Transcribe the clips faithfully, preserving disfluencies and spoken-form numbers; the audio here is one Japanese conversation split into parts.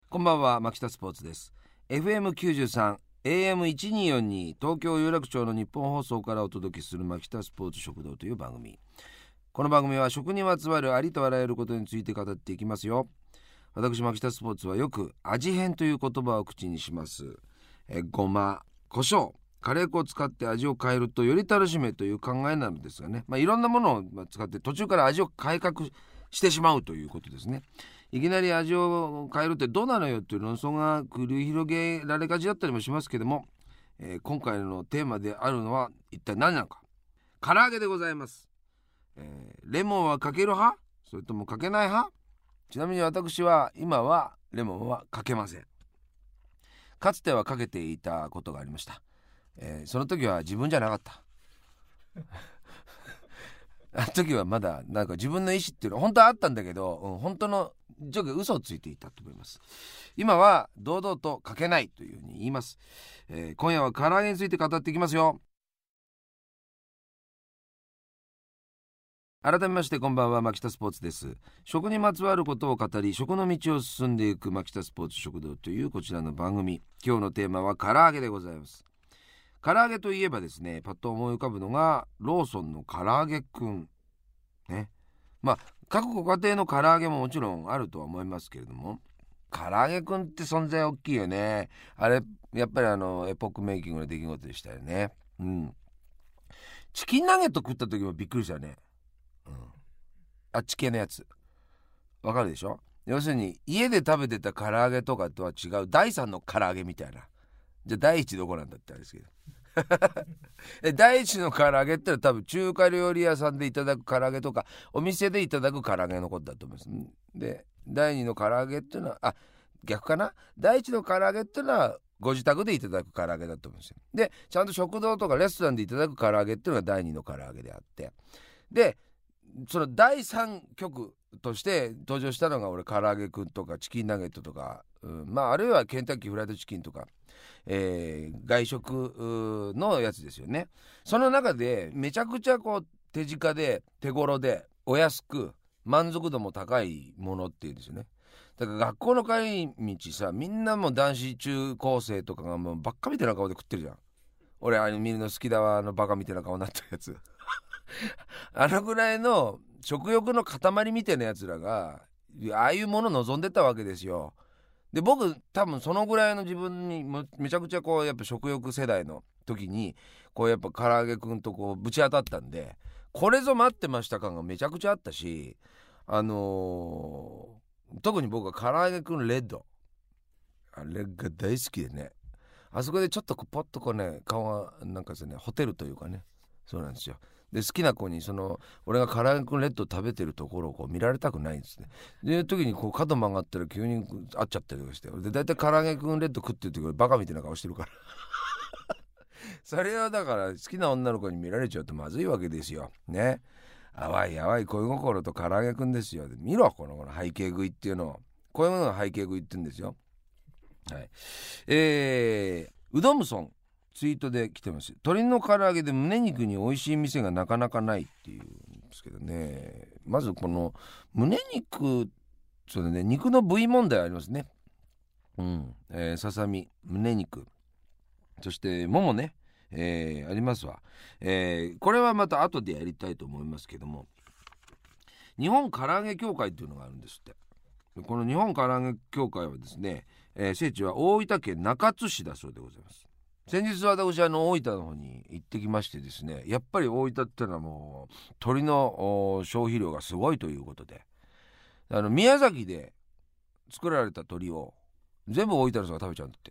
こんばんは、牧田スポーツです。 エフエムきゅうじゅうさん エーエムせんにひゃくよんじゅうに 東京有楽町の日本放送からお届けする牧田スポーツ食堂という番組。この番組は食にまつわるありとあらゆることについて語っていきますよ。私牧田スポーツはよく味変という言葉を口にします。えごま、胡椒、カレー粉を使って味を変えるとより楽しめという考えなのですがね、まあ、いろんなものを使って途中から味を改革してしまうということですね。いきなり味を変えるってどうなのよという論争が繰り広げられがちだったりもしますけども、えー、今回のテーマであるのは一体何なのか。唐揚げでございます。えー、レモンはかける派、それともかけない派。ちなみに私は今はレモンはかけません。かつてはかけていたことがありました。えー、その時は自分じゃなかったあの時はまだなんか自分の意思っていうのは本当はあったんだけど、うん、本当の上下嘘をついていたと思います。今は堂々とかけないというふうに言います。えー、今夜は唐揚げについて語っていきますよ。改めましてこんばんは、牧田スポーツです。食にまつわることを語り、食の道を進んでいく牧田スポーツ食堂というこちらの番組。今日のテーマは唐揚げでございます。唐揚げといえばですね、パッと思い浮かぶのがローソンの唐揚げくんね。まあ各ご家庭の唐揚げももちろんあるとは思いますけれども、唐揚げくんって存在大きいよね。あれやっぱりあのエポックメイキングの出来事でしたよね。うん。チキンナゲット食った時もびっくりしたよね。うん、あっち系のやつわかるでしょ。要するに家で食べてた唐揚げとかとは違う第三の唐揚げみたいな。じゃあ第一どこなんだってあれですけどえ第一の唐揚げってのは多分中華料理屋さんでいただく唐揚げとかお店でいただく唐揚げのことだと思います。で第二の唐揚げっていうのはあ逆かな。第一の唐揚げっていうのはご自宅でいただく唐揚げだと思うんですよ。でちゃんと食堂とかレストランでいただく唐揚げっていうのが第二の唐揚げであって、でそのだいさん局として登場したのが俺唐揚げくんとかチキンナゲットとか、うん、まああるいはケンタッキーフライドチキンとか、えー、外食のやつですよね。その中でめちゃくちゃこう手近で手頃でお安く満足度も高いものっていうんですよね。だから学校の帰り道さ、みんなも男子中高生とかがもうばっかみたいな顔で食ってるじゃん。俺あれ見るの好きだわ、あのバカみたいな顔になってるやつあのぐらいの食欲の塊みたいなやつらがああいうもの望んでたわけですよ。で僕多分そのぐらいの自分にめちゃくちゃこうやっぱ食欲世代の時にこうやっぱ唐揚げくんとこうぶち当たったんで、これぞ待ってました感がめちゃくちゃあったし、あのー、特に僕は唐揚げくんレッドあれが大好きでね、あそこでちょっとこうポッとこうね顔がなんかですねホテルというかね、そうなんですよ。で好きな子にその俺が唐揚げくんレッド食べてるところをこう見られたくないんですね。で時にこう角曲がったら急に会っちゃったりとかして、でだいたい唐揚げくんレッド食ってる時はバカみたいな顔してるからそれはだから好きな女の子に見られちゃうとまずいわけですよね。淡い淡い恋心と唐揚げくんですよ。見ろこのこの背景食いっていうのを、こういうものが背景食いって言うんですよ。はい。えー、うどむそんツイートで来てます。鶏の唐揚げで胸肉に美味しい店がなかなかないっていうんですけどね。まずこの胸肉、それね、肉の部位問題ありますね。うん、えー、ささみ、胸肉、そしてももね、えー、ありますわ。えー、これはまた後でやりたいと思いますけども、日本唐揚げ協会っていうのがあるんですって。この日本唐揚げ協会はですね、えー、聖地は大分県中津市だそうでございます。先日私あの大分の方に行ってきましてですね、やっぱり大分ってのはもう鶏の消費量がすごいということで、あの宮崎で作られた鶏を全部大分の人が食べちゃうんだって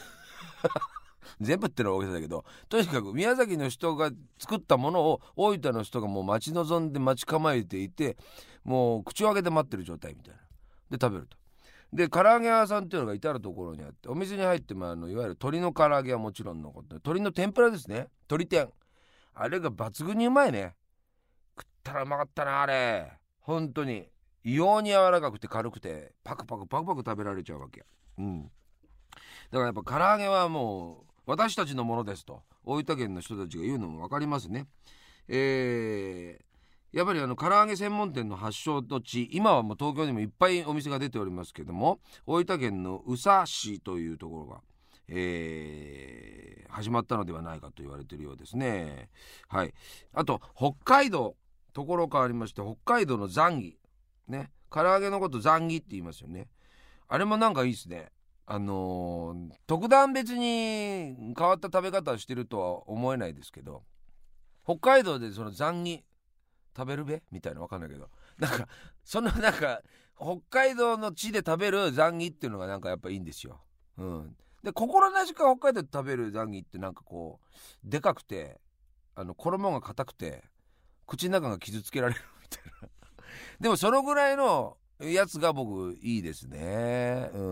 全部ってのは大げさだけど、とにかく宮崎の人が作ったものを大分の人がもう待ち望んで待ち構えていて、もう口を開けて待ってる状態みたいなで食べると。で唐揚げ屋さんっていうのが至る所にあって、お店に入ってもあのいわゆる鶏の唐揚げはもちろんのこと、鶏の天ぷらですね、鶏天、あれが抜群にうまいね。食ったらうまかったなあれ。本当に異様に柔らかくて軽くてパクパクパクパク食べられちゃうわけ。うん。だからやっぱ唐揚げはもう私たちのものですと大分県の人たちが言うのも分かりますね。えーやっぱりあの唐揚げ専門店の発祥の地、今はもう東京にもいっぱいお店が出ておりますけども、大分県の宇佐市というところが、えー、始まったのではないかと言われているようですね。はい。あと北海道、ところ変わりまして北海道のザンギね、唐揚げのことザンギって言いますよね。あれもなんかいいですね。あのー、特段別に変わった食べ方をしてるとは思えないですけど、北海道でそのザンギ食べるべみたいな、わかんないけど、なんかそのなんか北海道の地で食べるザンギっていうのがなんかやっぱいいんですよ。うん。で心なしか北海道で食べるザンギってなんかこうでかくて、あの衣が硬くて口の中が傷つけられるみたいなでもそのぐらいのやつが僕いいですね。うん。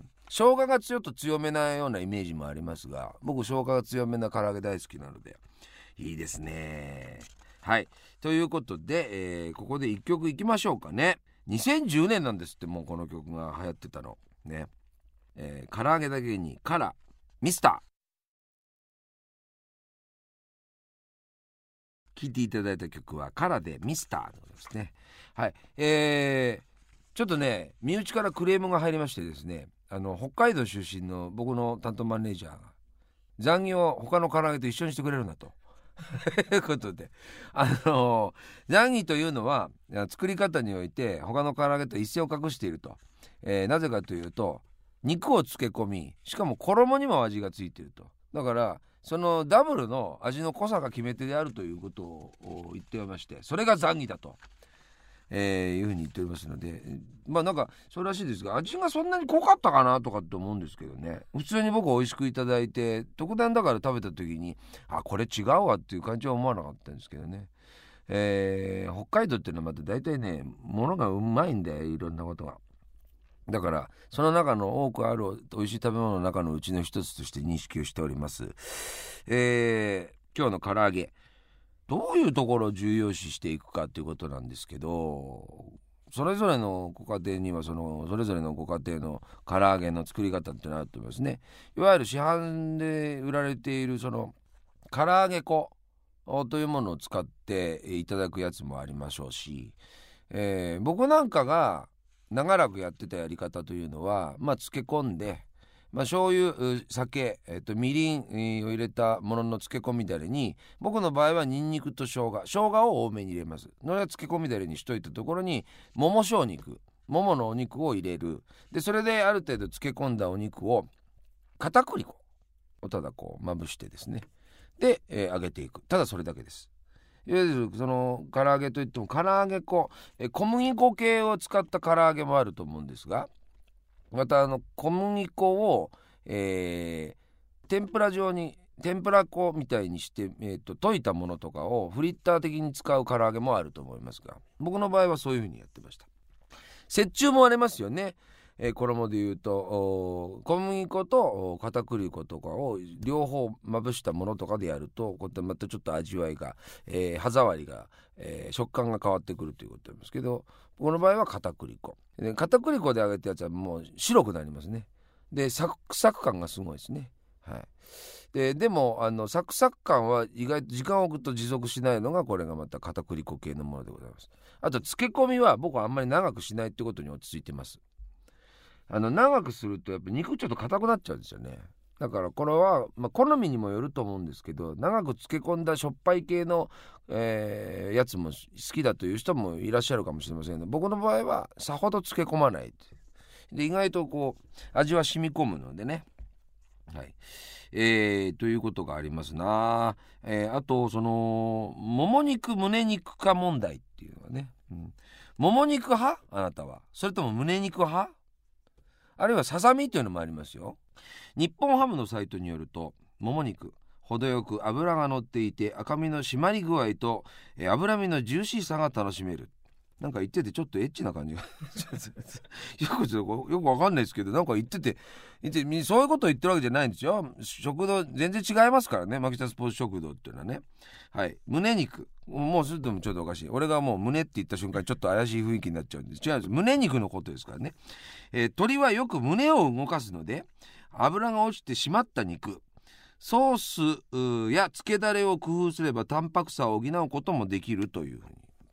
生姜がちょっと強めなようなイメージもありますが、僕生姜が強めな唐揚げ大好きなのでいいですね。はい、ということで、えー、ここでいっきょくいきましょうかね。にせんじゅうねんなんですって、もうこの曲が流行ってたのね。えー、唐揚げだけにカラミスター、聴いていただいた曲はカラでミスターですね。はい、えー、ちょっとね身内からクレームが入りましてですね、あの北海道出身の僕の担当マネージャーが残業を他の唐揚げと一緒にしてくれるなとということで、あのザンギというのは作り方において他の唐揚げと一線を画していると、えー、なぜかというと肉を漬け込み、しかも衣にも味がついていると。だからそのダブルの味の濃さが決め手であるということを言っておりまして、それがザンギだと、えー、いうふうに言っておりますので、まあなんかそうらしいですが、味がそんなに濃かったかなとかって思うんですけどね。普通に僕美味しくいただいて、特段だから食べた時にあこれ違うわっていう感じは思わなかったんですけどね。えー、北海道っていうのはまた大体ね物がうまいんだよ、いろんなことが。だからその中の多くある美味しい食べ物の中のうちの一つとして認識をしております。えー、今日の唐揚げ、どういうところを重要視していくかということなんですけど、それぞれのご家庭にはそのそれぞれのご家庭の唐揚げの作り方ってのあると思いますね。いわゆる市販で売られているその唐揚げ粉というものを使っていただくやつもありましょうし、えー、僕なんかが長らくやってたやり方というのは、まあ、漬け込んで、まあ、醤油、酒、えっと、みりんを入れたものの漬け込みだれに、僕の場合はニンニクと生姜生姜を多めに入れます。それは漬け込みだれにしといたところにもも小肉、もものお肉を入れる。でそれである程度漬け込んだお肉を片栗粉をただこうまぶしてですね、で、えー、揚げていく。ただそれだけです。いわゆるその唐揚げといっても唐揚げ粉、え小麦粉系を使った唐揚げもあると思うんですが、またあの小麦粉を、えー、天ぷら状に天ぷら粉みたいにして、えー、と溶いたものとかをフリッター的に使う唐揚げもあると思いますが、僕の場合はそういう風にやってました。折衷もありますよね。えー、衣でいうと小麦粉と片栗粉とかを両方まぶしたものとかでやると、こうやってまたちょっと味わいが、えー、歯触りが、えー、食感が変わってくるということなんですけど、この場合は片栗粉で、片栗粉で揚げたやつはもう白くなりますね。でサクサク感がすごいですね。はい。で, でもあのサクサク感は意外と時間を置くと持続しないのが、これがまた片栗粉系のものでございます。あと漬け込みは僕はあんまり長くしないってことに落ち着いてます。あの長くするとやっぱ肉ちょっと硬くなっちゃうんですよね。だからこれは、まあ、好みにもよると思うんですけど、長く漬け込んだしょっぱい系の、えー、やつも好きだという人もいらっしゃるかもしれませんが、僕の場合はさほど漬け込まないで、意外とこう味は染み込むのでね。はい、えー、ということがありますな。えー、あとそのもも肉胸肉か問題っていうのはね、うん、もも肉派あなたは、それとも胸肉派、あるいはささみというのもありますよ。日本ハムのサイトによると、もも肉程よく脂が乗っていて赤身の締まり具合と、えー、脂身のジューシーさが楽しめる。なんか言っててちょっとエッチな感じがよくちょっとよくわかんないですけど、なんか言ってて言っててそういうことを言ってるわけじゃないんですよ。食堂全然違いますからね、牧田スポーツ食堂っていうのはね。はい、胸肉もうするともちょっとおかしい。俺がもう胸って言った瞬間ちょっと怪しい雰囲気になっちゃうんです。違うんです。胸肉のことですからね。えー、鶏はよく胸を動かすので脂が落ちてしまった肉、ソースや漬けだれを工夫すればタンパクさを補うこともできるというふうに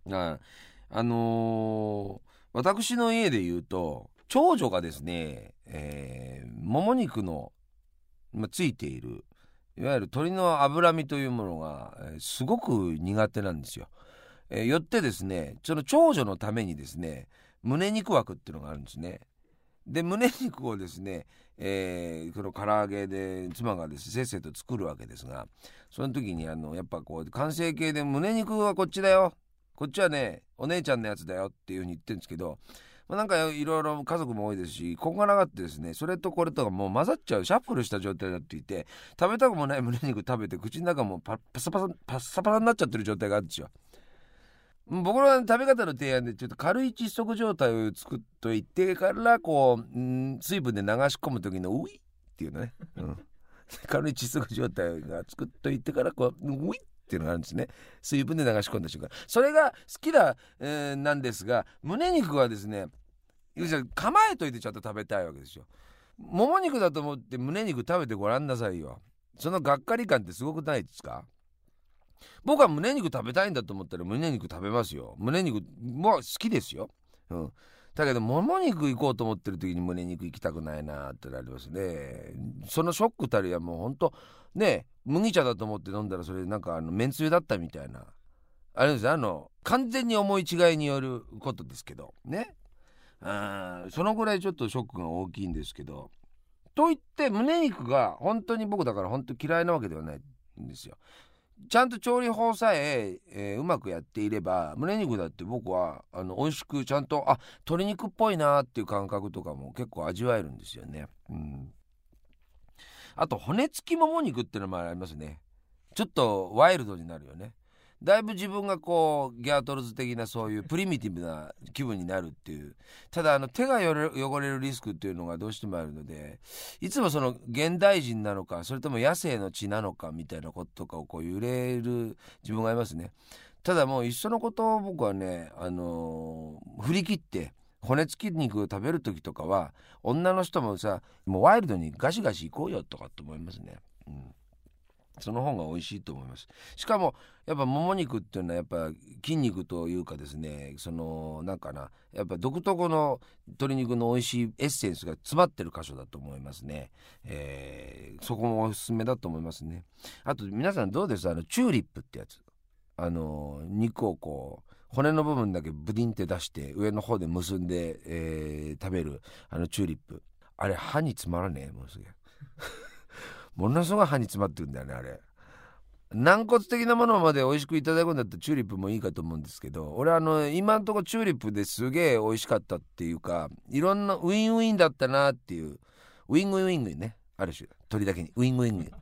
あ、あのー私の家で言うと長女がですね、えー、もも肉の、まあ、ついているいわゆる鶏の脂身というものが、えーすごく苦手なんですよ。えーよってですね、その長女のためにですね、胸肉枠っていうのがあるんですね。で胸肉をですね、えー、この唐揚げで妻がですねせっせと作るわけですが、その時にあのやっぱこう完成形で胸肉はこっちだよ、こっちはねお姉ちゃんのやつだよっていう風に言ってるんですけど、まあ、なんかいろいろ家族も多いですし、こんがらがってですね、それとこれとがもう混ざっちゃうシャッフルした状態になっていて、食べたくもない胸肉食べて口の中もパパサパサパッサパサになっちゃってる状態があるんですよ。僕の食べ方の提案でちょっと軽い窒息状態を作っといてからこう、ん水分で流し込む時のウィッっていうのね、うん、軽い窒息状態が作っといてからこうウィッっていうのがあるんですね。水分で流し込んだ瞬間、それが好きだ、えーなんですが、胸肉はですね、構えといてちゃんと食べたいわけですよ。もも肉だと思って胸肉食べてごらんなさいよ。そのがっかり感ってすごくないですか？僕は胸肉食べたいんだと思ったら胸肉食べますよ。胸肉も好きですよ、うん、だけどもも肉行こうと思ってる時に胸肉行きたくないなってなりますね。そのショックたりはもうほんとね、麦茶だと思って飲んだらそれなんかあのめんつゆだったみたいな、あれです、あの完全に思い違いによることですけどね。あそのぐらいちょっとショックが大きいんですけど、といって胸肉が本当に僕だから本当嫌いなわけではないんですよ。ちゃんと調理法さええーうまくやっていれば胸肉だって僕はあの美味しくちゃんとあ鶏肉っぽいなっていう感覚とかも結構味わえるんですよね、うん、あと骨付きもも肉ってのもありますね。ちょっとワイルドになるよね。だいぶ自分がこうギャートルズ的なそういうプリミティブな気分になるっていう。ただあの手が汚れ汚れるリスクっていうのがどうしてもあるので、いつもその現代人なのかそれとも野生の血なのかみたいなこととかをこう揺れる自分がいますね。ただもういっそのことを僕はね、あのー振り切って骨付き肉を食べる時とかは女の人もさもうワイルドにガシガシ行こうよとかって思いますね、うん、その方が美味しいと思います。しかもやっぱもも肉っていうのはやっぱ筋肉というかですね、そのなんかなやっぱ独特の鶏肉の美味しいエッセンスが詰まってる箇所だと思いますね、えー、そこもおすすめだと思いますね。あと皆さんどうです？あのチューリップってやつ、あの肉をこう骨の部分だけブディンって出して上の方で結んで、えー食べるあのチューリップ、あれ歯に詰まらねえものすげえものすごい歯に詰まってるんだよねあれ。軟骨的なものまで美味しくいただくんだったらチューリップもいいかと思うんですけど、俺あの今んとこチューリップですげえ美味しかったっていうか、いろんなウィンウィンだったなっていう、ウィングウィングね、ある種鳥だけにウィングウィング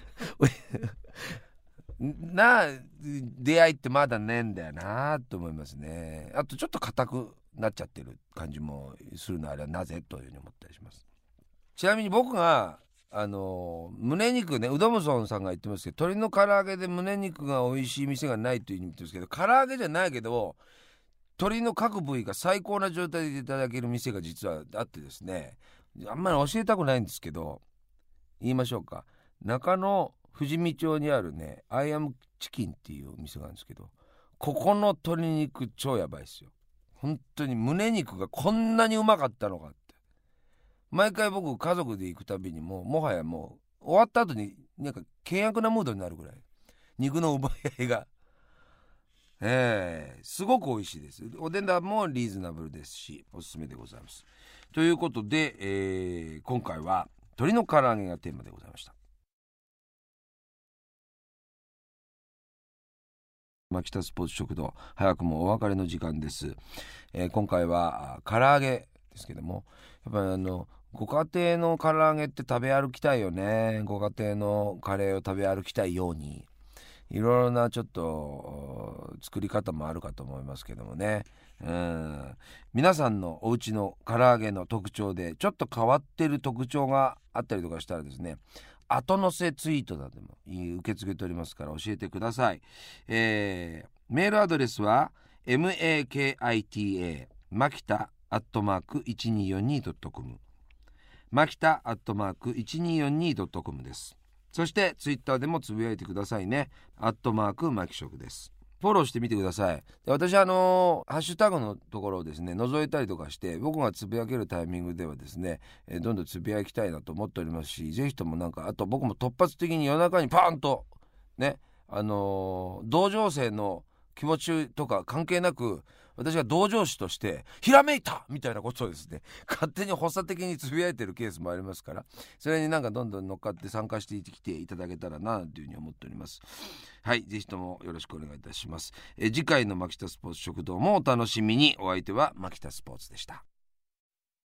な出会いってまだねえんだよなと思いますね。あとちょっと硬くなっちゃってる感じもするのはあれはなぜというふうに思ったりします。ちなみに僕があの胸肉ね、うどむそんさんが言ってますけど、鶏の唐揚げで胸肉が美味しい店がないというふうに言ってるんですけど、唐揚げじゃないけど鶏の各部位が最高な状態でいただける店が実はあってですね、あんまり教えたくないんですけど言いましょうか。中野富士見町にあるねアイアムチキンっていうお店があるんですけど、ここの鶏肉超やばいですよ。本当に胸肉がこんなにうまかったのかって毎回僕家族で行くたびにもうもはやもう終わった後になんか険悪なムードになるぐらい肉の奪い合いが、えー、すごく美味しいです。お値段もリーズナブルですしおすすめでございます。ということで、えー、今回は鶏の唐揚げがテーマでございました。牧田スポーツ食堂、早くもお別れの時間です、えー、今回は唐揚げですけども、やっぱりあのご家庭の唐揚げって食べ歩きたいよね。ご家庭のカレーを食べ歩きたいようにいろいろなちょっと作り方もあるかと思いますけどもね、うん、皆さんのお家の唐揚げの特徴でちょっと変わってる特徴があったりとかしたらですね、後乗せツイートなども受け付けておりますから教えてください、えー、メールアドレスは マキタ マキタアットマーク いちにーよんにードットコム マキタアットマーク いちにーよんにードットコム です。そしてツイッターでもつぶやいてくださいね。アットマークマキ食です。 フォローしてみてください。で私あのーハッシュタグのところをですね覗いたりとかして、僕がつぶやけるタイミングではですね、えーどんどんつぶやきたいなと思っておりますし、ぜひともなんか、あと僕も突発的に夜中にパーンとね、あのー同情生の気持ちとか関係なく、私が同情師としてひらめいたみたいなことをですね勝手に発作的につぶやいてるケースもありますから、それになんかどんどん乗っかって参加してきていただけたらなというふうに思っております。はい、ぜひともよろしくお願いいたします。え次回のマキタスポーツ食堂もお楽しみに。お相手はマキタスポーツでした。